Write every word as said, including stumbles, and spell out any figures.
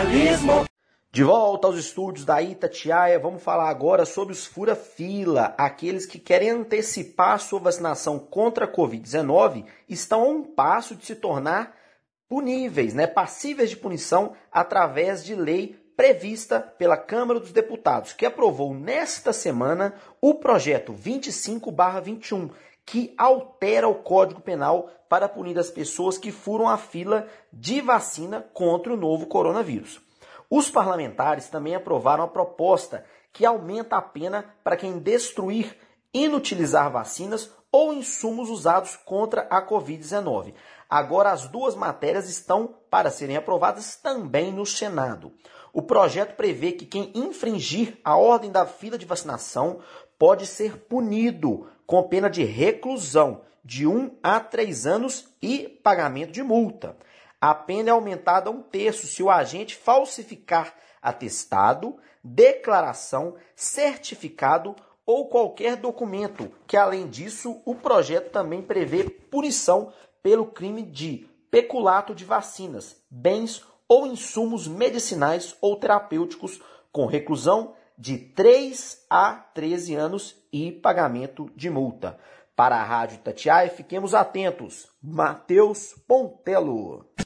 jornalismo. De volta aos estúdios da Itatiaia, vamos falar agora sobre os fura-fila. Aqueles que querem antecipar a sua vacinação contra a covid dezenove estão a um passo de se tornar puníveis, né, passíveis de punição através de lei prevista pela Câmara dos Deputados, que aprovou nesta semana o projeto vinte e cinco barra vinte e um, que altera o Código Penal para punir as pessoas que furam à fila de vacina contra o novo coronavírus. Os parlamentares também aprovaram a proposta que aumenta a pena para quem destruir, inutilizar vacinas ou insumos usados contra a covid dezenove. Agora as duas matérias estão para serem aprovadas também no Senado. O projeto prevê que quem infringir a ordem da fila de vacinação pode ser punido com pena de reclusão de um a três anos e pagamento de multa. A pena é aumentada a um terço se o agente falsificar atestado, declaração, certificado ou qualquer documento, que além disso o projeto também prevê punição pelo crime de peculato de vacinas, bens ou insumos medicinais ou terapêuticos com reclusão de três a treze anos e pagamento de multa. Para a Rádio Itatiaia, fiquemos atentos. Matheus Pontelo.